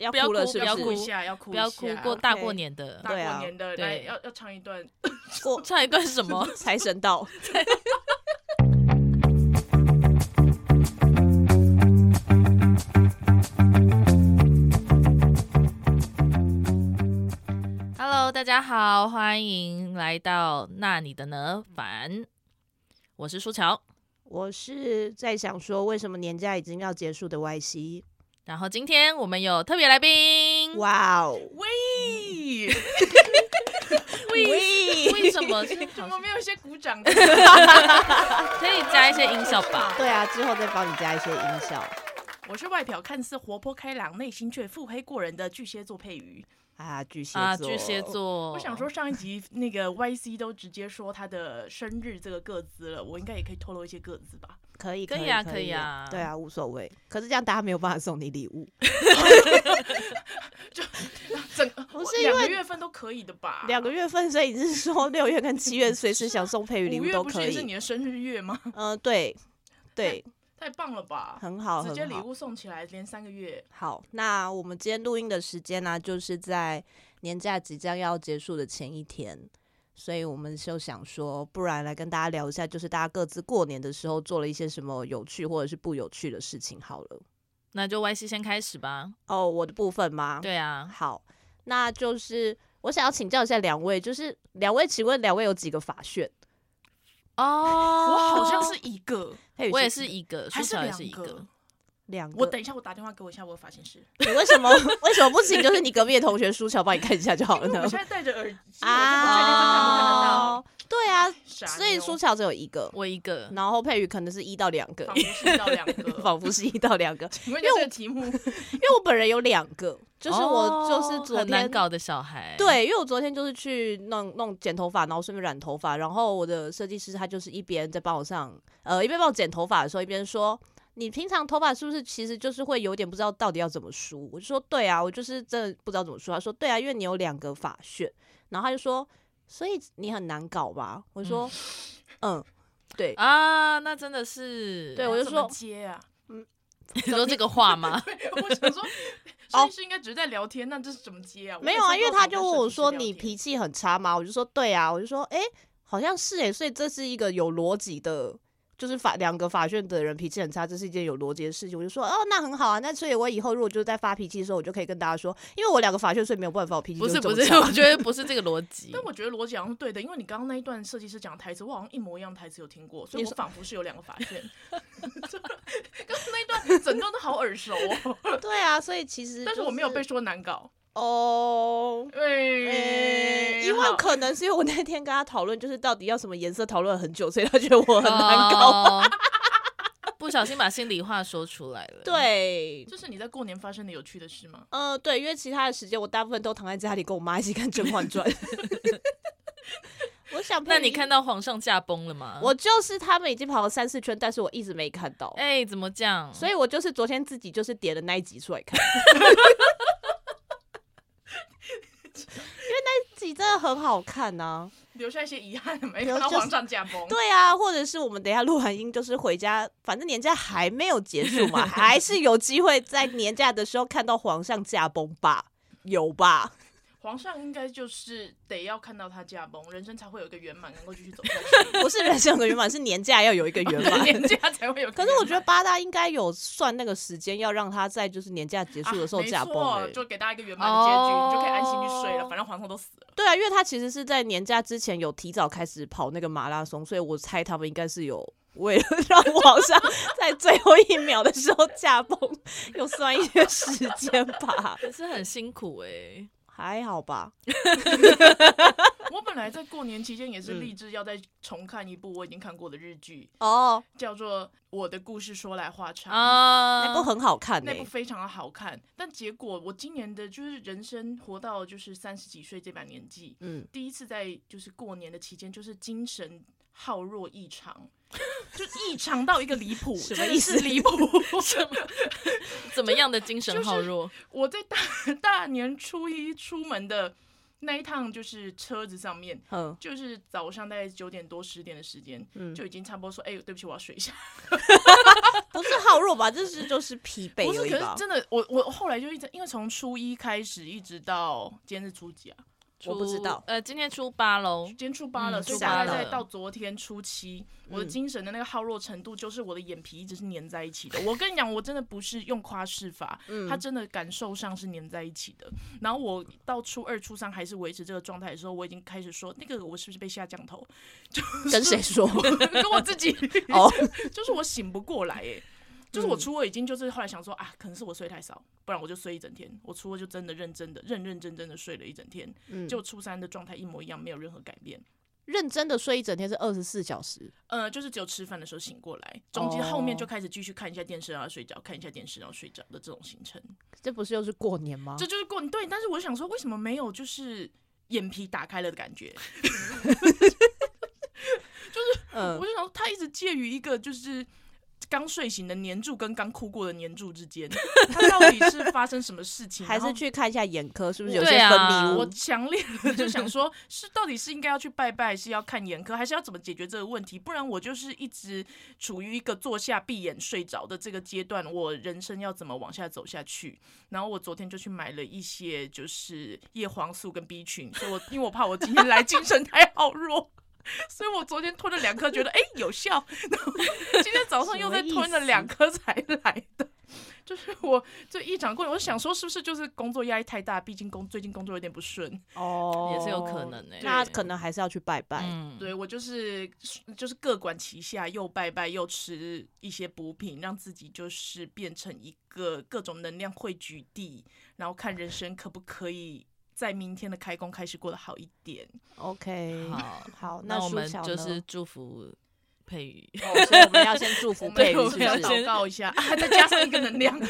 要哭了是不是？ 要哭一下，要哭一下， 不要哭过大过年的， 大过年的，来对， 要唱一段， 唱一段什么？ 财神到。 Hello， 大家好，欢迎来到那你的呢？凡，我是舒乔， 我是在想说，为什么年假已经要结束的 YC？ 然后今天我们有特别来宾， 哇哦， 喂， 为什么？ 怎么没有一些鼓掌的？ 可以加一些音效吧？ 对啊，之后再帮你加一些音效。 我是外表看似活泼开朗，内心却腹黑过人的巨蟹座佩瑜。 巨蟹座， 巨蟹座。 我想说，上一集那个 YC 都直接说他的生日这个个资了，我应该也可以透露一些个资吧？ 可以啊，可以啊， 对啊，无所谓。可是这样大家没有办法送你礼物， 就不是因为 2个月份都可以的吧 ？2个月份，所以你是说6月跟7月随时想送佩瑜礼物都可以？5月不是也是你的生日月吗？ 对。 太棒了吧！ 很好， 直接礼物送起来，连3个月。 好，那我们今天录音的时间呢，就是在年假即将要结束的前一天，所以我们就想说，不然来跟大家聊一下，就是大家各自过年的时候做了一些什么有趣或者是不有趣的事情。好了， 那就 YC 先开始吧。 我的部分吗？ 对啊。 好，那就是我想要请教一下2位，就是2位，请问2位有几个法旋？ 我好像是一个， 我也是一个， 还是 2 个。 2个。 我等一下，我打电话给我一下我的发型师。 你为什么不行？就是你隔壁的同学舒乔帮你看一下就好了呢？ 我现在戴着耳机，我就不确定看不看得到。 对啊，所以舒乔只有一个， 我一个， 然后佩瑜可能是1到2个， 仿佛是1到2个， 仿佛是1到2个。 因为这个题目， 因为我本人有2个，就是我就是昨天很难搞的小孩。 对，因为我昨天就是去弄剪头发，然后顺便染头发，然后我的设计师他就是一边在帮我一边帮我剪头发的时候，一边说，你平常头发是不是其实就是会有点不知道到底要怎么梳？我就说对啊，我就是真的不知道怎么梳。他说对啊，因为你有2个发旋，然后他就说，所以你很难搞吧？我说对啊，那真的是， 对，我就说接啊， 你说这个话吗？ 我想说，设计师应该只是在聊天，那这是怎么接啊？ 没有啊，因为他就问我说你脾气很差吗？我就说对啊，我就说好像是所以这是一个有逻辑的。就是2个法旋的人脾气很差，这是一件有逻辑的事情。我就说那很好啊，那所以我以后如果就是在发脾气的时候，我就可以跟大家说，因为我2个法旋，所以没有办法，我脾气就是这么差。 不是，我觉得不是这个逻辑。 但我觉得逻辑好像是对的，因为你刚刚那一段设计师讲的台词，我好像一模一样台词有听过，所以我仿佛是有2个法旋。刚刚那一段整段都好耳熟哦。 对啊，所以其实， 但是我没有被说难搞。 因为可能是因为我那天跟他讨论，就是到底要什么颜色，讨论了很久，所以他觉得我很难搞。 不小心把心里话说出来了。 对， 这是你在过年发生的有趣的事吗？ 对，因为其他的时间我大部分都躺在家里跟我妈一起看《甄嬛传》。我想， 那你看到皇上驾崩了吗？ 我就是他们已经跑了3-4圈，但是我一直没看到。 怎么讲？ 所以我就是昨天自己就是点了那一集出来看。因为那一集真的很好看啊， 留下一些遗憾，没看到皇上驾崩。 对啊，或者是我们等一下录完音就是回家，反正年假还没有结束嘛，还是有机会在年假的时候看到皇上驾崩吧？有吧？ 皇上应该就是得要看到他驾崩，人生才会有一个圆满，能够继续走下去。 不是人生有个圆满，是年假要有一个圆满， 年假才会有。 可是我觉得八大应该有算那个时间，要让他在就是年假结束的时候驾崩。 没错，就给大家一个圆满的结局，你就可以安心去睡了。反正皇上都死了。 对啊，因为他其实是在年假之前有提早开始跑那个马拉松，所以我猜他们应该是有为了让皇上在最后1秒的时候驾崩，有算一些时间吧。 可是很辛苦还好吧。 我本来在过年期间也是立志要再重看一部我已经看过的日剧叫做《我的故事说来话长》 那部很好看那部非常的好看。但结果我今年的就是人生活到就是30几岁这把年纪，第一次在就是过年的期间就是精神耗弱异常，就异常到一个离谱。 什么意思？ 离谱？ 怎么样的精神耗弱？ 我在大年初一出门的那一趟就是车子上面，就是早上大概9点多10点的时间，就已经差不多说，对不起，我要睡一下。 不是耗弱吧？这就是疲惫而已吧。 不是，可是真的，我后来就一直，因为从初1开始一直到今天是初几啊？ 我不知道， 今天初8喽， 今天初8了，所以大概再到昨天初7，我的精神的那个耗弱程度，就是我的眼皮一直是粘在一起的。我跟你讲，我真的不是用夸饰法，它真的感受上是粘在一起的。然后我到初2、初3还是维持这个状态的时候，我已经开始说，那个我是不是被下降头？ 跟谁说？ 跟我自己。就是我醒不过来就是我初2已经就是后来想说可能是我睡太少，不然我就睡一整天。我初2就真的认真的睡了一整天，就初3的状态一模一样，没有任何改变。 认真的睡一整天是24小时？ 就是只有吃饭的时候醒过来，中间后面就开始继续看一下电视然后睡觉，看一下电视然后睡觉的这种行程。 这不是又是过年吗？ 这就是过年，对。但是我想说，为什么没有就是眼皮打开了的感觉？我就想说，他一直介于一个就是刚睡醒的黏住跟刚哭过的黏住之间，他到底是发生什么事情？ 还是去看一下眼科，是不是有些分泌物？ 我强烈的就想说，到底是应该要去拜拜，还是要看眼科，还是要怎么解决这个问题？不然我就是一直处于一个坐下闭眼睡着的这个阶段，我人生要怎么往下走下去？然后我昨天就去买了一些就是叶黄素跟 B 群，所以因为我怕我今天来精神太好弱。所以我昨天吞了2颗，觉得有效，然后今天早上又再吞了2颗才来的。就是我这一场过年，我想说是不是就是工作压力太大，毕竟最近工作有点不顺也是有可能那可能还是要去拜拜。 对，我就是各管齐下，又拜拜又吃一些补品，让自己就是变成一个各种能量汇聚地，然后看人生可不可以在明天的开工开始过得好一点。 OK， 好， 那我们就是祝福佩瑜所以我们要先祝福佩瑜，是不是？ 祷告一下再加上一个能量。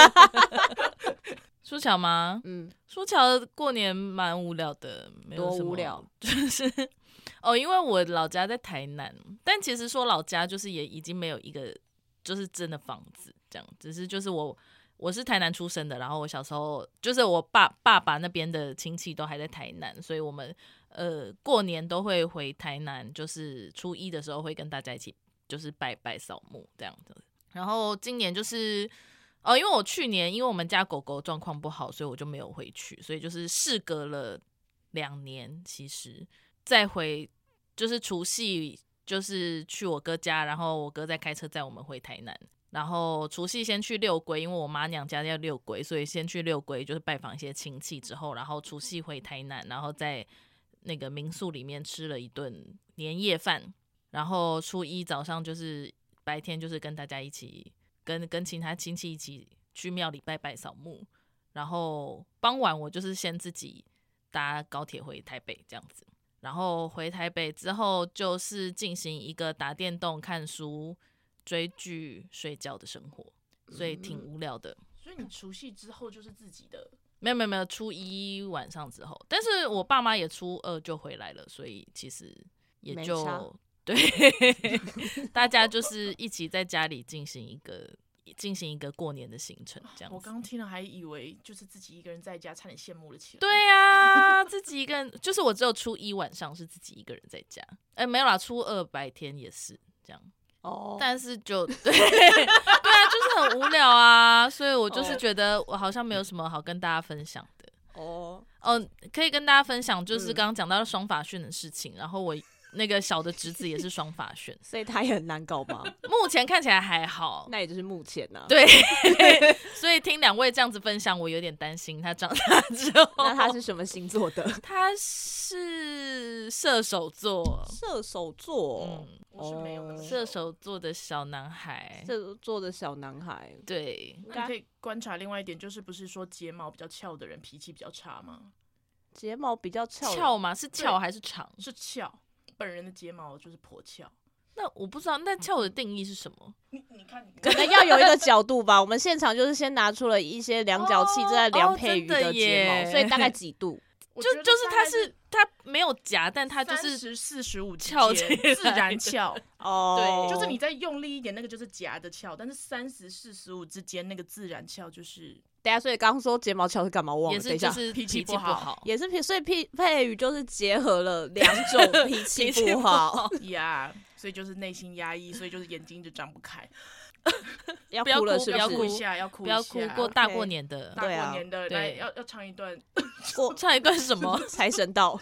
舒乔吗？舒乔过年蛮无聊的，没有什么多无聊， 就是因为我老家在台南，但其实说老家就是也已经没有一个就是真的房子这样，只是就是我是台南出生的，然后我小时候就是我爸爸那边的亲戚都还在台南，所以我们过年都会回台南，就是初1的时候会跟大家一起就是拜拜扫墓这样子。然后今年就是因为我去年因为我们家狗狗状况不好，所以我就没有回去，所以就是事隔了2年，其实再回就是除夕就是去我哥家，然后我哥再开车载我们回台南。然后除夕先去六龟，因为我妈娘家要六龟，所以先去六龟就是拜访一些亲戚之后，然后除夕回台南，然后在那个民宿里面吃了一顿年夜饭，然后初1早上就是白天就是跟大家一起跟其他亲戚一起去庙里拜拜扫墓，然后傍晚我就是先自己搭高铁回台北这样子，然后回台北之后就是进行一个打电动、看书、追剧、睡觉的生活，所以挺无聊的。 所以你除夕之后就是自己的？ 没有，初1晚上之后，但是我爸妈也初2就回来了，所以其实也就对，大家就是一起在家里进行一个过年的行程，这样子。 我刚听了还以为就是自己一个人在家，差点羡慕了起来。 对啊，自己一个人，就是我只有初1晚上是自己一个人在家，没有啦，初2白天也是这样。但是就对啊，就是很无聊啊，所以我就是觉得我好像没有什么好跟大家分享的。可以跟大家分享，就是刚刚讲到双法训的事情，然后我那个小的侄子也是双法训， 所以他也很难搞吗？ 目前看起来还好， 那也就是目前啊。 对，所以听2位这样子分享，我有点担心他长大之后。 那他是什么星座的？ 他是射手座。 射手座， 我是没有的。 射手座的小男孩。 射手座的小男孩， 对。 那你可以观察另外一点，就是不是说睫毛比较翘的人脾气比较差吗？ 睫毛比较翘吗？是翘还是长？ 是翘。本人的睫毛就是颇翘。 那我不知道，那翘的定义是什么？ 你看， 可能要有一个角度吧。我们现场就是先拿出了一些量角器，正在量佩瑜的睫毛，所以大概几度？ 就是它没有夹，但它就是 30、45 翘起来自然翘。 对， 就是你再用力一点，那个就是夹的翘，但是30、45之间那个自然翘就是等一下，所以刚刚说睫毛翘是干嘛？我忘了， 也是就是脾气不好， 也是所以佩瑜就是结合了2种脾气不好呀，所以就是内心压抑，所以就是眼睛就张不开。 要哭了是不是？ 要哭一下，要哭一下， 不要哭过大过年的， 大过年的，来要唱一段， 唱一段什么？ 财神到。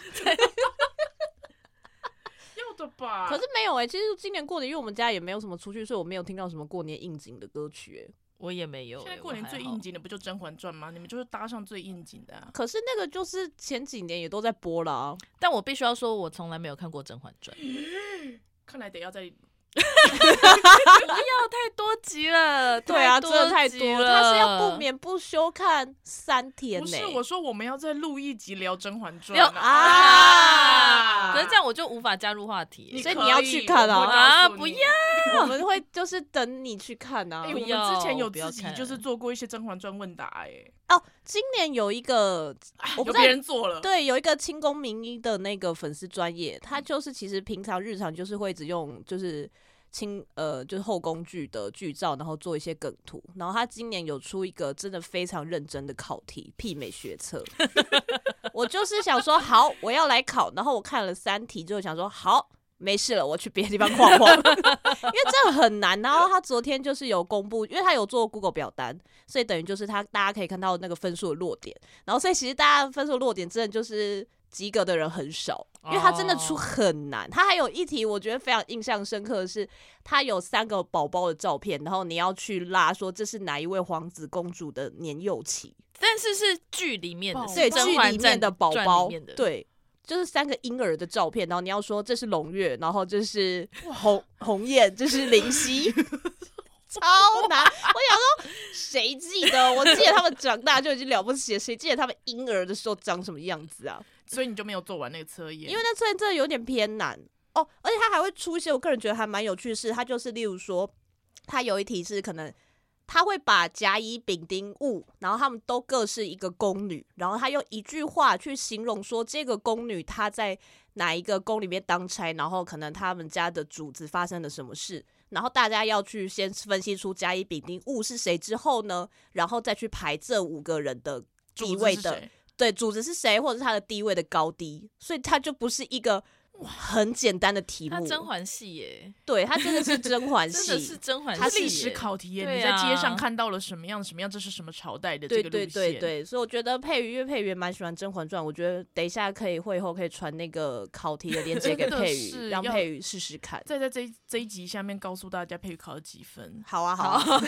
要的吧？ 可是没有其实今年过年，因为我们家也没有什么出去，所以我没有听到什么过年应景的歌曲我也没有。 现在过年最应景的不就《甄嬛传》吗？你们就是搭上最应景的啊。 可是那个就是前几年也都在播了啊。 但我必须要说，我从来没有看过《甄嬛传》。 看来得要在。 不要太多集了， 对啊，真的太多了。他是要不眠不休看3天不是，我说我们要再录一集聊《甄嬛传》 啊。可是这样我就无法加入话题， 所以你要去看啊！不要， 我们会就是等你去看啊。 我们之前有自己就是做过一些《甄嬛传》问答今年有一个有别人做了， 对，有一个清宫名医的那个粉丝专页，他就是其实平常日常就是会只用就是就是后宫剧的剧照，然后做一些梗图，然后他今年有出一个真的非常认真的考题媲美学测，我就是想说好，我要来考，然后我看了3题之后想说好。没事了，我去别的地方晃晃，因为这很难。然后他昨天就是有公布，因为他有做 Google 表单，所以等于就是大家可以看到那个分数的落点。然后所以其实大家分数的落点真的就是及格的人很少，因为他真的出很难。他还有一题我觉得非常印象深刻的是，他有3个宝宝的照片，然后你要去拉说这是哪一位皇子公主的年幼期， 但是是剧里面的， 对，剧里面的宝宝，对。就是3个婴儿的照片，然后你要说这是胧月，然后这是鸿雁，这是灵犀，超难。我想说，谁记得？我记得他们长大就已经了不起了，谁记得他们婴儿的时候长什么样子啊？ 所以你就没有做完那个测验， 因为那测验真的有点偏难哦，而且他还会出一些我个人觉得还蛮有趣的事，他就是例如说，他有一题是可能。他会把甲乙丙丁戊，然后他们都各是一个宫女，然后他用一句话去形容说这个宫女她在哪一个宫里面当差，然后可能他们家的主子发生了什么事，然后大家要去先分析出甲乙丙丁戊是谁之后呢，然后再去排这5个人的地位的，对，主子是谁或者是他的地位的高低，所以他就不是一个。很简单的题目， 他甄嬛系耶， 对他真的是甄嬛系， 真的是甄嬛系， 他历史考题耶，你在街上看到了什么样，这是什么朝代的这个路线？ 对，所以我觉得因为佩瑜蛮喜欢《甄嬛传》，我觉得等一下会后可以传那个考题的链接给佩瑜，让佩瑜试试看。 再在这一集下面告诉大家佩瑜考了几分。 好啊。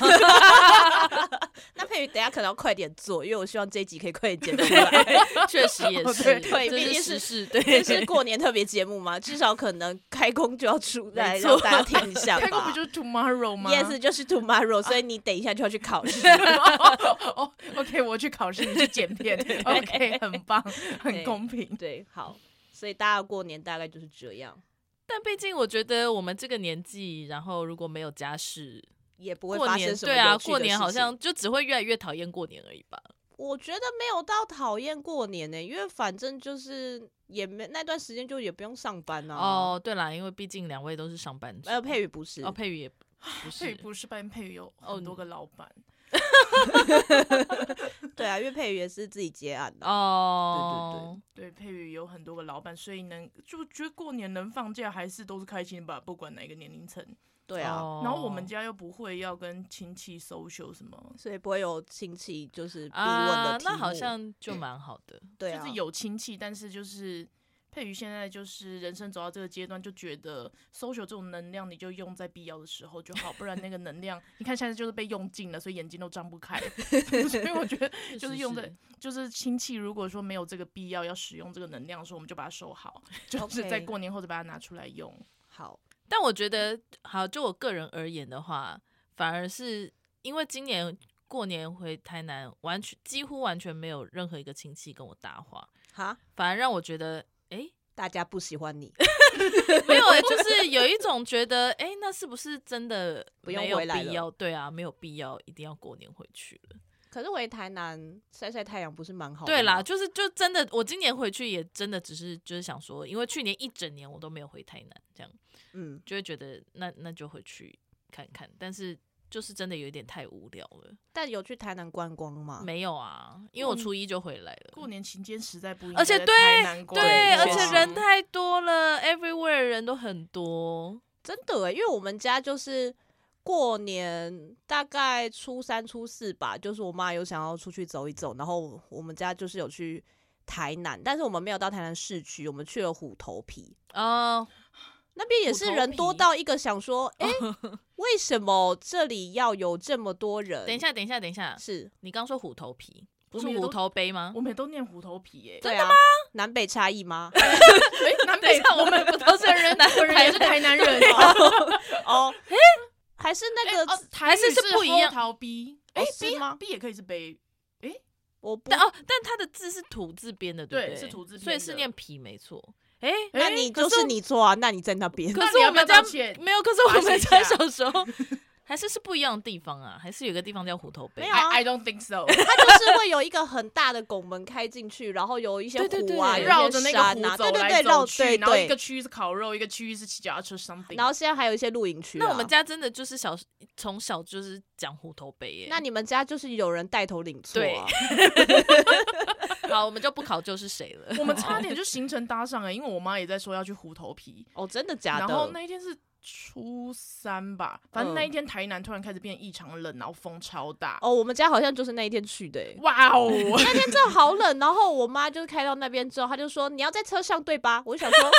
那佩瑜等一下可能要快点做，因为我希望这一集可以快点剪出来。 确实也是， 对， 毕竟是时事， 对，这是过年特别节目嘛，至少可能开工就要出来让大家听一下吧。 开工不就是 tomorrow 吗 ？Yes， 就是 tomorrow， 所以你等一下就要去考试。 OK， 我去考试，你去剪片。OK， 很棒，很公平。 对，好，所以大家过年大概就是这样。 但毕竟我觉得我们这个年纪，然后如果没有家事， 也不会发生什么。 对啊，过年好像就只会越来越讨厌过年而已吧。 我觉得没有到讨厌过年因为反正就是也没那段时间就也不用上班啊。 哦，对啦，因为毕竟2位都是上班族。 佩瑜不是， 佩瑜也不是， 佩瑜不是班，佩瑜有很多个老板。 对啊，因为佩瑜也是自己接案的哦。 对，佩瑜有很多个老板，所以就觉得过年能放假还是都是开心吧，不管哪个年龄层。 对啊， 然后我们家又不会要跟亲戚 social 什么， 所以不会有亲戚就是逼问的题目， 那好像就蛮好的。 对啊， 就是有亲戚，但是就是佩瑜现在就是人生走到这个阶段，就觉得 social 这种能量你就用在必要的时候就好，不然那个能量你看现在就是被用尽了，所以眼睛都张不开。所以我觉得就是用在就是亲戚如果说没有这个必要要使用这个能量的时候，我们就把它收好，就是在过年后再把它拿出来用。 好。 但我觉得，好，就我个人而言的话，反而是因为今年过年回台南，几乎完全没有任何一个亲戚跟我搭话，反而让我觉得， 大家不喜欢你， 没有就是有一种觉得，那是不是真的不用回来了？ 对啊，没有必要一定要过年回去了。 可是回台南晒晒太阳不是蛮好的吗？ 对啦，就真的，我今年回去也真的只是就是想说，因为去年1整年我都没有回台南，这样，就会觉得那就回去看看。但是就是真的有一点太无聊了。 但有去台南观光吗？ 没有啊，因为我初一就回来了。 过年期间实在不应该而且在台南观光， 对，而且人太多了 ，everywhere 人都很多， 真的因为我们家就是过年大概初3、初4吧，就是我妈有想要出去走一走，然后我们家就是有去台南，但是我们没有到台南市区，我们去了虎头皮那边也是人多到一个想说，为什么这里要有这么多人？ 等一下， 是你刚说虎头皮，不是虎头杯吗？ 我们也都念虎头皮耶。 对啊，南北差异吗？ 南北我们不都是人？ 我人也是台南人哦，还是那个还是不一样。 桃 B， 是吗 ？B 也可以是杯， 我不但它的字是土字边的，对不对？ 是土字边的， 所以是念皮没错。 那你就是你错啊，那你在那边。 可是我们家没有，可是我们家小时候还是不一样的地方啊，还是有个地方叫虎头杯。 没有啊 ，I don't think so。 它就是会有一个很大的拱门开进去，然后有一些湖啊， 绕着那个湖走来走去，然后一个区域是烤肉，一个区域是骑脚踏车 something。 然后现在还有一些露营区。 那我们家真的就是从小就是讲虎头杯耶。 那你们家就是有人带头领错啊？ 好，我们就不考究是谁了。 我们差点就行程搭上因为我妈也在说要去虎头皮。 哦，真的假的？ 然后那一天是初3吧，反正那一天台南突然开始变异常冷，然后风超大。 哦，我们家好像就是那一天去的。 哇哦， 那天真的好冷。然后我妈就是开到那边之后，她就说你要在车上对吧？我就想说，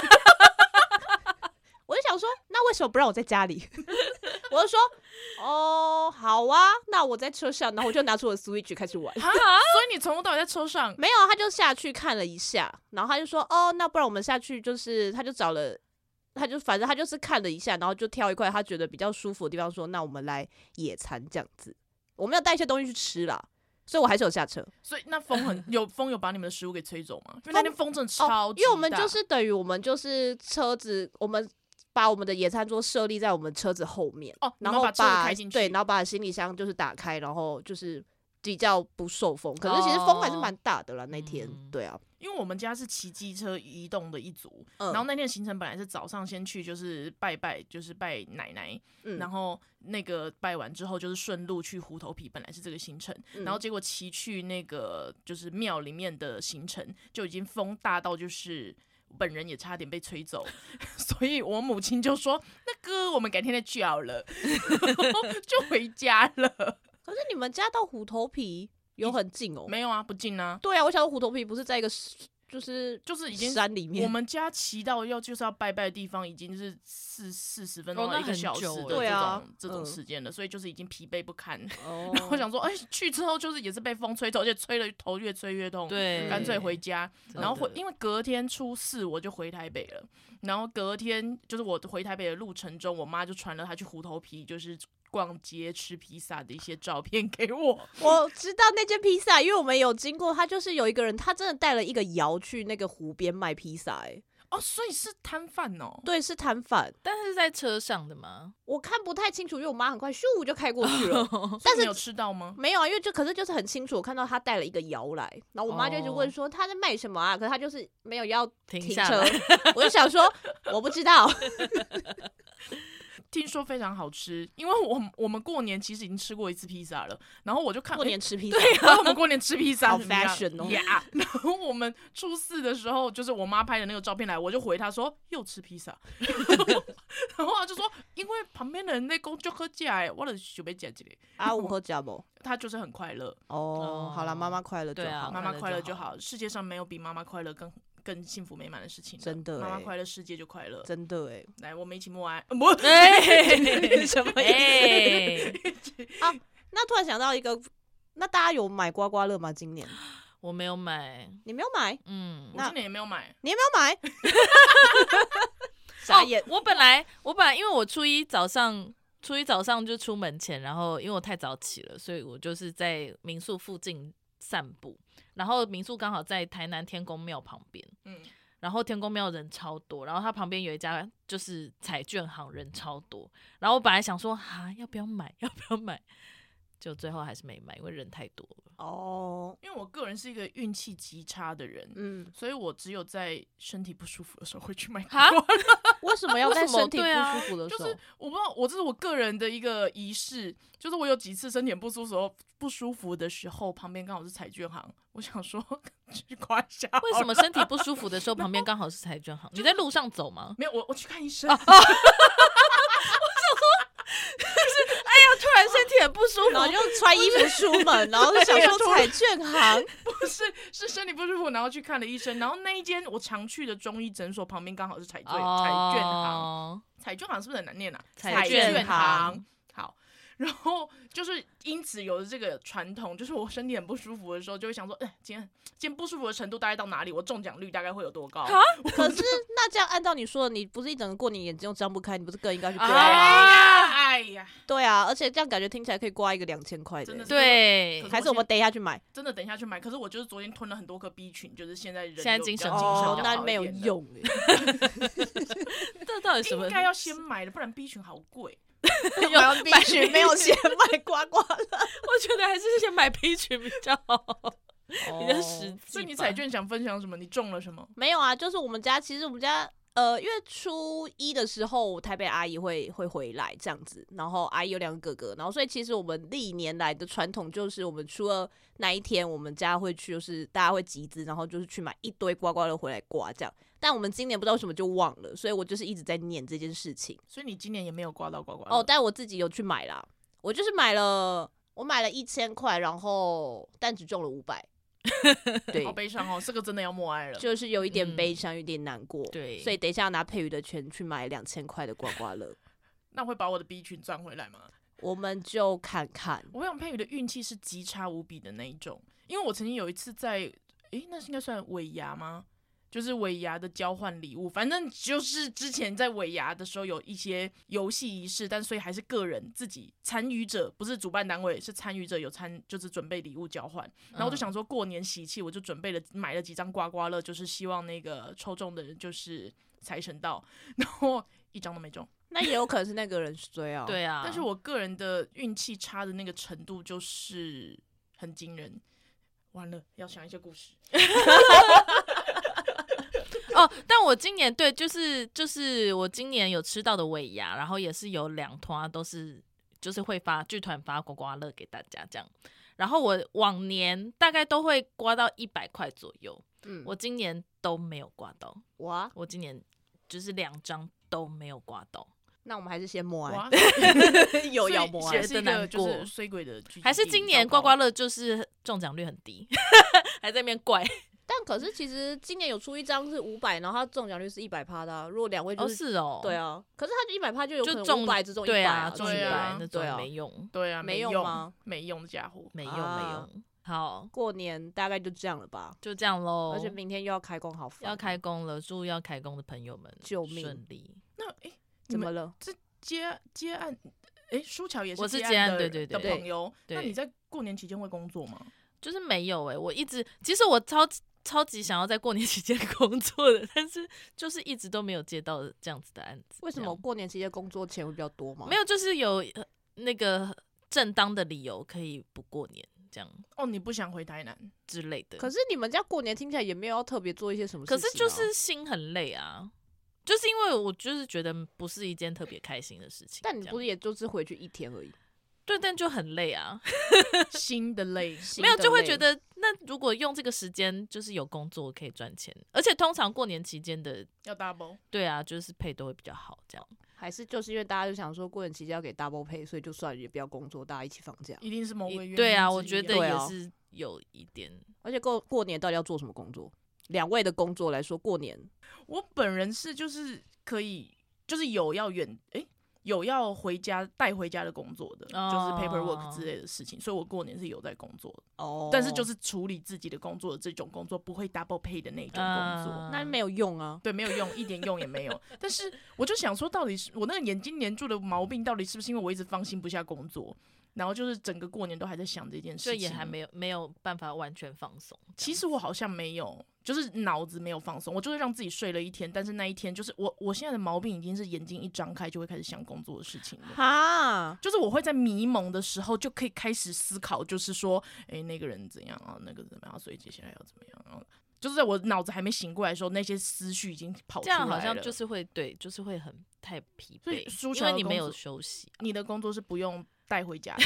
那为什么不让我在家里？我就说哦，好啊，那我在车上，然后我就拿出我的 Switch 开始玩。 所以你从头到尾在车上？ 没有，他就下去看了一下，然后他就说哦，那不然我们下去，就是他就找了，反正他就是看了一下，然后就挑一块他觉得比较舒服的地方，说那我们来野餐这样子。我们要带一些东西去吃啦，所以我还是有下车。 所以那风有把你们的食物给吹走吗？因为那天风真的超级大。 因为我们就是等于我们就是车子，我们把我们的野餐桌设立在我们车子后面，然后把车子开进去， 对，然后把行李箱就是打开，然后就是比较不受风。可是其实风还是蛮大的啦，那天对啊。 因为我们家是骑机车移动的一族，然后那天的行程本来是早上先去就是拜拜，就是拜奶奶，然后那个拜完之后就是顺路去虎头皮，本来是这个行程，然后结果骑去那个就是庙里面的行程就已经风大到就是本人也差点被吹走，所以我母亲就说那个我们改天再去好了，就回家了。 可是你们家到虎头皮有很近哦？ 没有啊，不近啊。 对啊，我想说虎头皮不是在一个就是已经山里面， 我们家骑到就是要拜拜的地方，已经是40分钟到1个小时的这种时间了，所以就是已经疲惫不堪。然后我想说，去之后就是也是被风吹走，而且吹了头越吹越痛， 对， 干脆回家。然后因为隔天初4我就回台北了，然后隔天就是我回台北的路程中，我妈就传了她去虎头皮就是逛街吃披萨的一些照片给我。 我知道那间披萨，因为我们有经过，他就是有一个人，他真的带了一个窑去那个湖边卖披萨。 所以是摊贩哦？ 对，是摊贩， 但是在车上的吗？ 我看不太清楚，因为我妈很快咻就开过去了。 但是你有吃到吗？ 没有啊，因为可是就是很清楚，我看到他带了一个窑来，然后我妈就一直问说他在卖什么啊？可是他就是没有要停车，我就想说我不知道。 听说非常好吃，因为我们过年其实已经吃过一次披萨了，然后我就看过年吃披萨， 对啊，我们过年吃披萨好 fashion 哦。 然后我们初4的时候，就是我妈拍的那个照片来，我就回她说又吃披萨，然后她就说因为旁边的人在讲就喝假我就想要吃一个啊，我喝假不？ 她就是很快乐哦。好啦，妈妈快乐就好， 妈妈快乐就好，世界上没有比妈妈快乐更幸福美满的事情了， 真的。 妈妈快乐，世界就快乐， 真的来，我们一起默哀。 什么意思？啊，那突然想到一个，那大家有买刮刮乐吗？今年我没有买， 你没有买？ 我今年也没有买， 你也没有买？傻眼！ 我本来因为我初一早上就出门前，然后因为我太早起了，所以我就是在民宿附近散步。然后民宿刚好在台南天公庙旁边，然后天公庙人超多，然后它旁边有一家就是彩券行，人超多。然后我本来想说要不要买， 就最后还是没买，因为人太多了。 哦， 因为我个人是一个运气极差的人，所以我只有在身体不舒服的时候会去买刮刮乐。 为什么要在身体不舒服的时候？ 就是我不知道，这是我个人的一个仪式，就是我有几次身体不舒服的时候，旁边刚好是彩券行，我想说去刮一下。 为什么身体不舒服的时候旁边刚好是彩券行？你在路上走吗？ 没有，我去看医生。 突然身体很不舒服， 然后就穿衣服出门，然后就想说彩券行， 不是身体不舒服，然后去看了医生，然后那一间我常去的中医诊所旁边刚好是彩券行，彩券行是不是很难念啊？ 彩券行， 好。然后就是因此有了这个传统，就是我身体很不舒服的时候，就会想说，今天不舒服的程度大概到哪里？我中奖率大概会有多高？ 可是那这样按照你说的，你不是一整个过年眼睛都张不开，你不是更应该去刮？ 哎呀， 对啊，而且这样感觉听起来可以刮一个2000块的， 真的对， 还是我们等一下去买？ 真的等一下去买。可是我就是昨天吞了很多颗 B 群，就是现在精神那没有用这到底什么？ 应该要先买的，不然 B 群好贵。 买完 B 群没有先买刮刮乐， 我觉得还是先买 B 群比较好，比较实际。 所以你彩券想分享什么？你中了什么？ 没有啊，就是我们家因为初一的时候台北阿姨会回来这样子，然后阿姨有2个哥哥，然后所以其实我们历年来的传统就是我们初二那一天我们家会去，就是大家会集资，然后就是去买一堆刮刮乐回来刮这样。但我们今年不知道为什么就忘了，所以我就是一直在念这件事情。 所以你今年也没有刮到刮刮乐？ 但我自己有去买啦，我就是买了1000块，然后但只中了500。对， 好悲伤哦，这个真的要默哀了， 就是有一点悲伤，有点难过。 对， 所以等一下拿佩瑜的钱去买2000块的刮刮乐。 那会把我的 B 群赚回来吗？ 我们就看看。 我想佩瑜的运气是极差无比的那一种，因为我曾经有一次在，那应该算尾牙吗？就是尾牙的交换礼物，反正就是之前在尾牙的时候有一些游戏仪式，但所以还是个人自己参与者，不是主办单位，是参与者就是准备礼物交换。然后我就想说过年喜气，我就买了几张刮刮乐，就是希望那个抽中的人就是财神到，然后1张都没中。 那也有可能是那个人衰啊。 对啊， 但是我个人的运气差的那个程度就是很惊人。完了，要想一些故事。 但我今年就是我今年有吃到的尾牙，然后也是有2团都是就是会剧团发刮刮乐给大家这样，然后我往年大概都会刮到100块左右，我今年都没有刮到。 哇， 我今年就是2张都没有刮到。 那我们还是先默哀，又要默哀， 是一个就是衰鬼的剧情， 还是今年刮刮乐就是中奖率很低，还在那边怪。 但可是其实今年有出一张是500，然后它中奖率是100%的、如果2位就是对啊，可是它就100%就有可能中 500只中100 对啊， 中 100那种没用， 对啊， 没用吗？ 没用的家伙， 没用。好， 过年大概就这样了吧， 就这样咯。 而且明天又要开工，好烦， 要开工了，祝要开工的朋友们救命顺利。 那怎么了？ 这接案，舒乔也是我是接案对的朋友。那你在过年期间会工作吗？ 就是没有我其实我超级想要在过年期间工作的，但是就是一直都没有接到这样子的案子。 为什么过年期间工作钱会比较多吗？ 没有，就是有那个正当的理由可以不过年这样。 你不想回台南之类的？ 可是你们家过年听起来也没有要特别做一些什么事情、 可是就是心很累啊。就是因为我就是觉得不是一件特别开心的事情， 但你不是也就是回去1天而已？ 对，但就很累啊， 心的累， 没有就会觉得，那如果用这个时间就是有工作可以赚钱，而且通常过年期间的要 double， 对啊，就是配都会比较好，这样。 还是就是因为大家就想说过年期间要给 double pay，所以就算了也不要工作，大家一起放假， 一定是某个原因。 对啊，我觉得也是有一点。 而且过年到底要做什么工作？2位的工作来说，过年我本人是就是可以就是有要回家带回家的工作的，就是 paperwork 之类的事情，所以我过年是有在工作的。但是就是处理自己的工作的这种工作不会 double pay 的那种工作， 那没有用啊。 对，没有用，一点用也没有。但是我就想说，到底是我那个眼睛黏住的毛病，到底是不是因为我一直放心不下工作？ 然后就是整个过年都还在想这件事情， 所以也还没有办法完全放松。 其实我好像没有，就是脑子没有放松，我就是让自己睡了一天，但是那一天就是我现在的毛病已经是眼睛一张开就会开始想工作的事情了。 哈， 就是我会在迷蒙的时候就可以开始思考，就是说，那个人怎样啊，那个怎么样，所以接下来要怎么样。就是在我脑子还没醒过来的时候，那些思绪已经跑出来了。 这样好像就是会就是会很太疲惫，因为你没有休息。 你的工作是不用带回家的。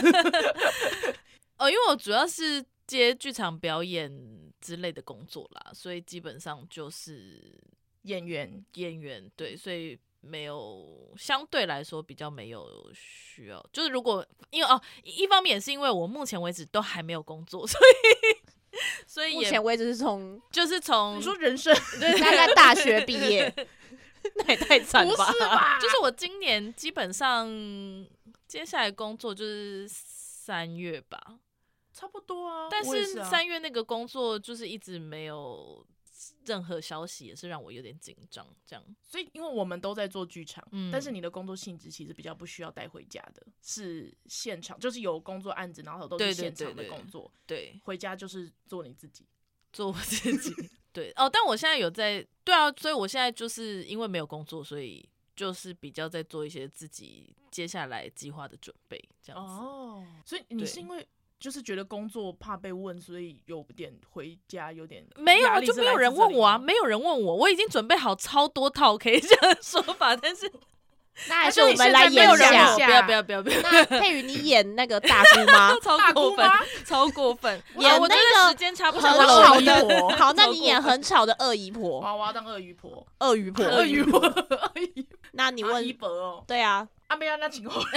因为我主要是接剧场表演之类的工作啦，所以基本上就是演员， 对，所以没有相对来说比较没有需要。就是如果因为一方面也是因为我目前为止都还没有工作，所以目前为止是从你说人生大概大学毕业，那也太惨吧？ 不是吧？ 就是我今年基本上接下来工作就是3月吧， 差不多啊。 但是3月那个工作就是一直没有任何消息，也是让我有点紧张。这样， 所以因为我们都在做剧场，但是你的工作性质其实比较不需要带回家的，是现场，就是有工作案子，然后都是现场的工作。 对， 回家就是做你自己， 做我自己。对但我现在有在，对啊，所以我现在就是因为没有工作，所以就是比较在做一些自己接下来计划的准备，这样子。 所以你是因为就是觉得工作怕被问，所以有点回家有点没有，就没有人问我啊，没有人问我，我已经准备好超多套可以这样说法，但是那还是我们来演一下，不要。 那佩瑜，你演那个大姑妈， 超过分， 演那个时间差不多很吵的。好，那你演很吵的鳄姨婆。 我要当鳄鱼婆。 那你问姨婆哦？ 对啊。 阿妹啊，那请说。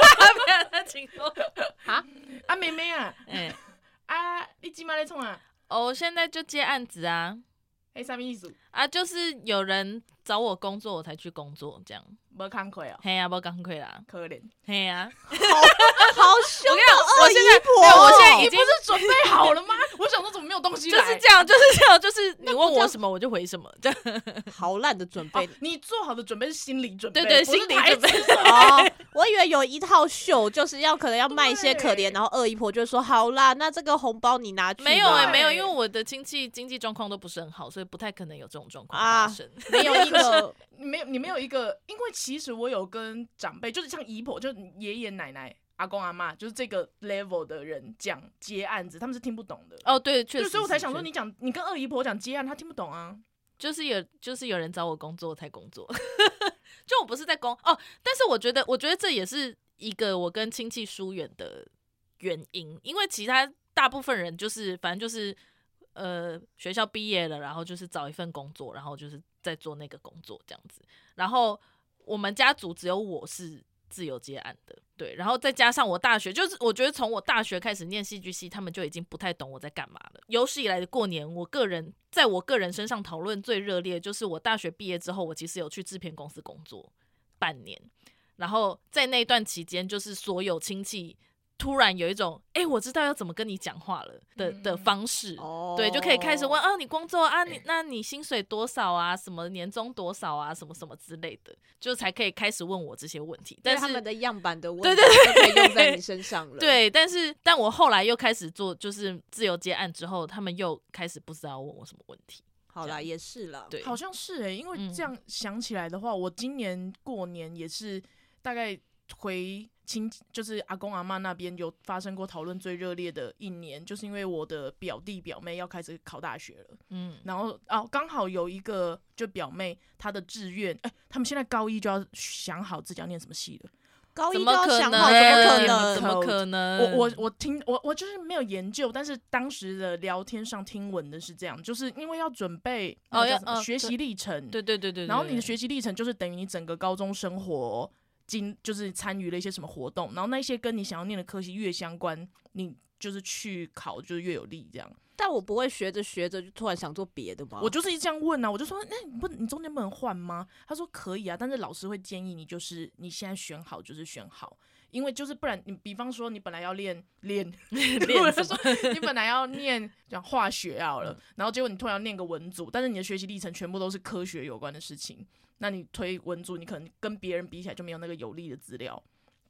哈？ 啊妹妹啊，你今嘛在创啊？ 我现在就接案子啊。 什么意思啊？就是有人找我工作，我才去工作，这样。 没工课啊？ 嘿啊，没工课啦， 可怜。 嘿啊， 好凶的鳄姨婆！我现在已经不是准备好了吗？我想说怎么没有东西来？ 就是这样，就是你问我什么我就回什么，这样。 好烂的准备。 你做好的准备是心理准备， 对，心理准备。 我以为有一套秀，就是可能要卖一些可怜，然后鳄姨婆就说好啦，那这个红包你拿去。 没有没有，因为我的亲戚经济状况都不是很好，所以不太可能有这种状况发生。 没有一个，你没有一个，因为其实我有跟长辈，就是像姨婆，就是爷爷奶奶、阿公阿嬷，就是这个 level 的人讲接案子，他们是听不懂的。 对，确实。 所以我才想说，你跟二姨婆讲接案，他听不懂啊。 就是有人找我工作才工作，就我不是在但是我觉得这也是一个我跟亲戚疏远的原因，因为其他大部分人就是反正就是学校毕业了，然后就是找一份工作，然后就是在做那个工作这样子，然后我们家族只有我是自由接案的，对，然后再加上我大学，就是我觉得从我大学开始念戏剧系，他们就已经不太懂我在干嘛了。有史以来的过年，在我个人身上讨论最热烈，就是我大学毕业之后，我其实有去制片公司工作半年，然后在那段期间，就是所有亲戚突然有一种我知道要怎么跟你讲话了的方式，对，就可以开始问你工作啊，那你薪水多少啊，什么年终多少啊，什么什么之类的，就才可以开始问我这些问题。但是他们的样板的问题就可以用在你身上了。 对，但我后来又开始做就是自由接案之后，他们又开始不知道问我什么问题。 好啦，也是啦， 对， 好像是因为这样想起来的话，我今年过年也是大概回就是阿公阿嬷那边有发生过讨论最热烈的一年，就是因为我的表弟表妹要开始考大学了，然后刚好有一个就表妹她的志愿，他们现在高一就要想好自己要念什么系了。 高一就要想好， 怎么可能？ 我就是没有研究，但是当时的聊天上听闻的是这样，就是因为要准备学习历程， 对， 然后你的学习历程就是等于你整个高中生活就是参与了一些什么活动，然后那些跟你想要念的科系越相关，你就是去考就是越有利这样。 但我不会学着就突然想做别的吗？ 我就是这样问啊，我就说，那你中间不能换吗？他说可以啊，但是老师会建议你，就是你现在选好就是选好，因为就是不然你比方说你本来要练什么，你本来要念讲化学好了，然后结果你突然要念个文组，但是你的学习历程全部都是科学有关的事情，那你推文组，你可能跟别人比起来就没有那个有利的资料。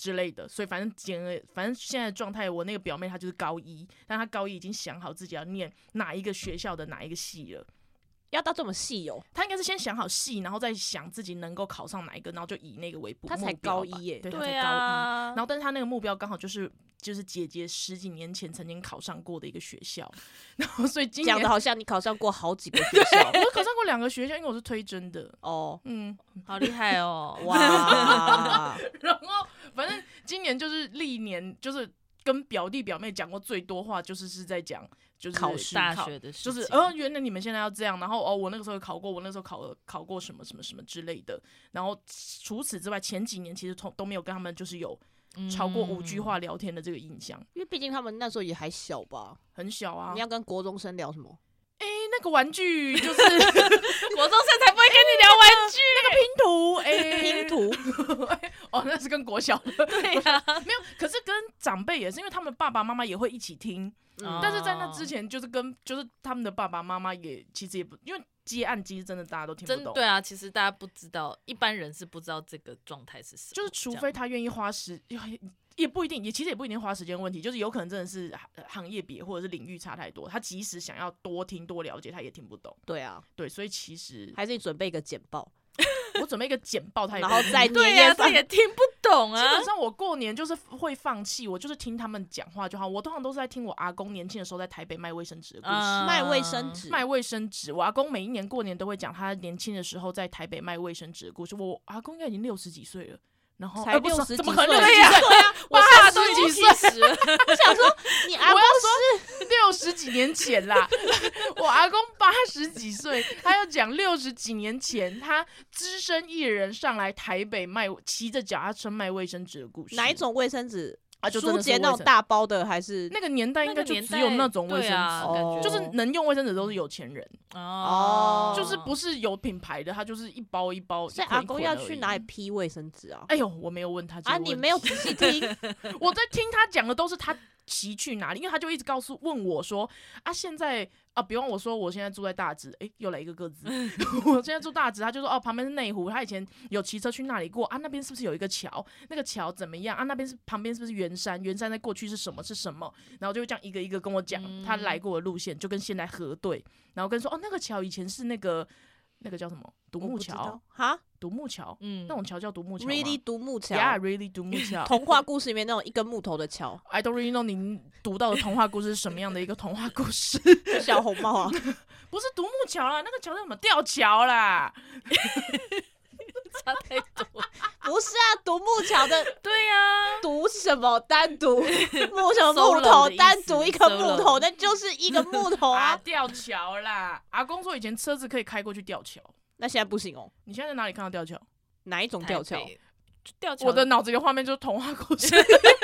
之类的，所以反正现在的状态，我那个表妹她就是高一，但她高一已经想好自己要念哪一个学校的哪一个系了。 要到这么细哦？ 她应该是先想好系，然后再想自己能够考上哪一个，然后就以那个为目标吧。 她才高一耶， 对，她才高一。然后但是她那个目标刚好就是姐姐10几年前曾经考上过的一个学校，然后所以今年讲的好像你考上过好几个学校。 我考上过2个学校，因为我是推甄的。 哦， 好厉害哦！ 哇， 然后反正今年就是历年就是跟表弟表妹讲过最多话，是在讲就是考试大学的事情， 就是原来你们现在要这样，然后我那个时候考过，我那时候考过什么什么什么之类的。然后除此之外，前几年其实都没有跟他们就是有超过5句话聊天的这个印象， 因为毕竟他们那时候也还小吧， 很小啊。 你要跟国中生聊什么？ 那个玩具就是国中生才不会跟你聊玩具， 拼图，那是跟国小的， 对啊， 没有，可是跟长辈也是，因为他们爸爸妈妈也会一起听，但是在那之前就是他们的爸爸妈妈也其实也不，因为接案机真的大家都听不懂， 对啊，其实大家不知道，一般人是不知道这个状态是什么， 就是除非他愿意花也不一定，其实也不一定花时间问题，就是有可能真的是行业别或者是领域差太多，他即使想要多听多了解，他也听不懂。 对啊， 对，所以其实还是你准备一个简报， 我准备一个简报，他也然后再对呀，他也听不懂啊。 基本上我过年就是会放弃，我就是听他们讲话就好。我通常都是在听我阿公年轻的时候在台北卖卫生纸的故事。卖卫生纸，我阿公每一年过年都会讲他年轻的时时候在台北卖卫生纸的故事。我阿公应该已经60几岁了。然后才60几岁， 怎么可能60几岁啊？ 我爸都已经70了。 我想说，你阿公是60几年前啦，我阿公80几岁，他要讲60几年前他只身一人上来台北骑着脚踏车卖卫生纸的故事。 哪一种卫生纸？ 就真的是那种大包的，还是那个年代应该就只有那种卫生纸，就是能用卫生纸都是有钱人就是不是有品牌的，它就是一包一包。 所以阿公要去哪里批卫生纸啊？ 哎呦，我没有问他这个问题你没有仔细听， 我在听他讲的都是他骑去哪里，因为他就一直问我说现在比方我说我现在住在大直，又来一个字，我现在住大直，他就说旁边是内湖，他以前有骑车去那里过那边是不是有一个桥？那个桥怎么样那边旁边是不是圆山？圆山在过去是什么？然后就这样一个一个跟我讲他来过的路线，就跟现在核对，然后跟说那个桥以前是那个叫什么独木桥哈？ 独木桥，那种桥叫独木桥吗 ？Really 独木桥 ？Yeah, really 独木桥。 童话故事里面那种一根木头的桥。 I don't really know 你读到的童话故事是什么样的一个童话故事？ 小红帽啊， 不是独木桥啦，那个桥叫什么？吊桥啦。 差太多， 不是独木桥的， 对呀， 独什么单独木什么木头，单独一个木头，那就是一个木头吊桥啦。阿公说以前车子可以开过去吊桥， 那现在不行哦。 你现在在哪里看到吊桥？ 哪一种吊桥？ 吊桥， 我的脑子里的画面就是童话故事。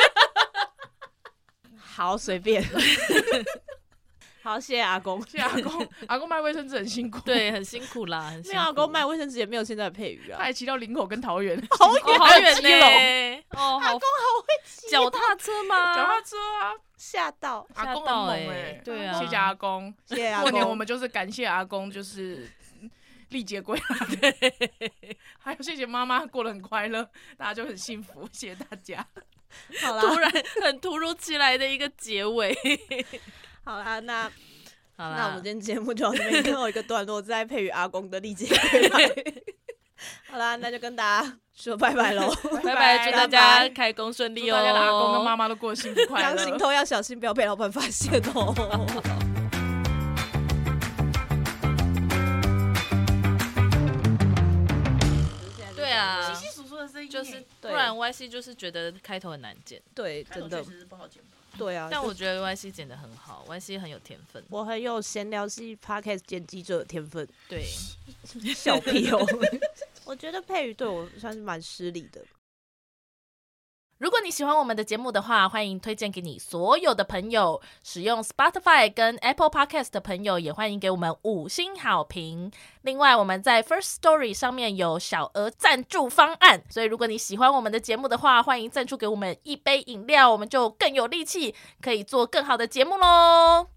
好，随便。好，谢谢阿公， 谢谢阿公。阿公卖卫生纸很辛苦， 对，很辛苦啦，很辛苦。 没有阿公卖卫生纸也没有现在的配语啊， 他还骑到林口跟桃园， 好远， 好远呢。 阿公好会骑， 脚踏车吗？ 脚踏车啊， 吓到， 阿公很猛对啊， 谢谢阿公， 谢谢阿公。 过年我们就是感谢阿公，就是历劫归来，还有谢谢妈妈过得很快乐，大家就很幸福，谢谢大家。 好啦， 突然很突如其来的一个结尾。 好啦，那我们今天节目就到这边，最后一个段落在配语阿公的历劫归来。好啦，那就跟大家说拜拜喽， 拜拜，祝大家开工顺利哦， 祝大家的阿公跟妈妈都过得幸福快乐。 当行头要小心，不要被老板发现哦。 对啊， 稀稀疏疏的声音， 就是不然 YC 就是觉得开头很难剪， 对，真的确实是不好剪。 对啊， 但我觉得 YC 剪得很好 ，YC 很有天分， 我很有闲聊系 podcast 剪辑者的天分。 对， 小屁哦，我觉得配语对我算是蛮失礼的。 如果你喜欢我们的节目的话，欢迎推荐给你所有的朋友。使用 Spotify 跟 Apple Podcast 的朋友也欢迎给我们5星好评。另外，我们在 First Story 上面有小额赞助方案，所以如果你喜欢我们的节目的话，欢迎赞助给我们1杯饮料，我们就更有力气可以做更好的节目咯。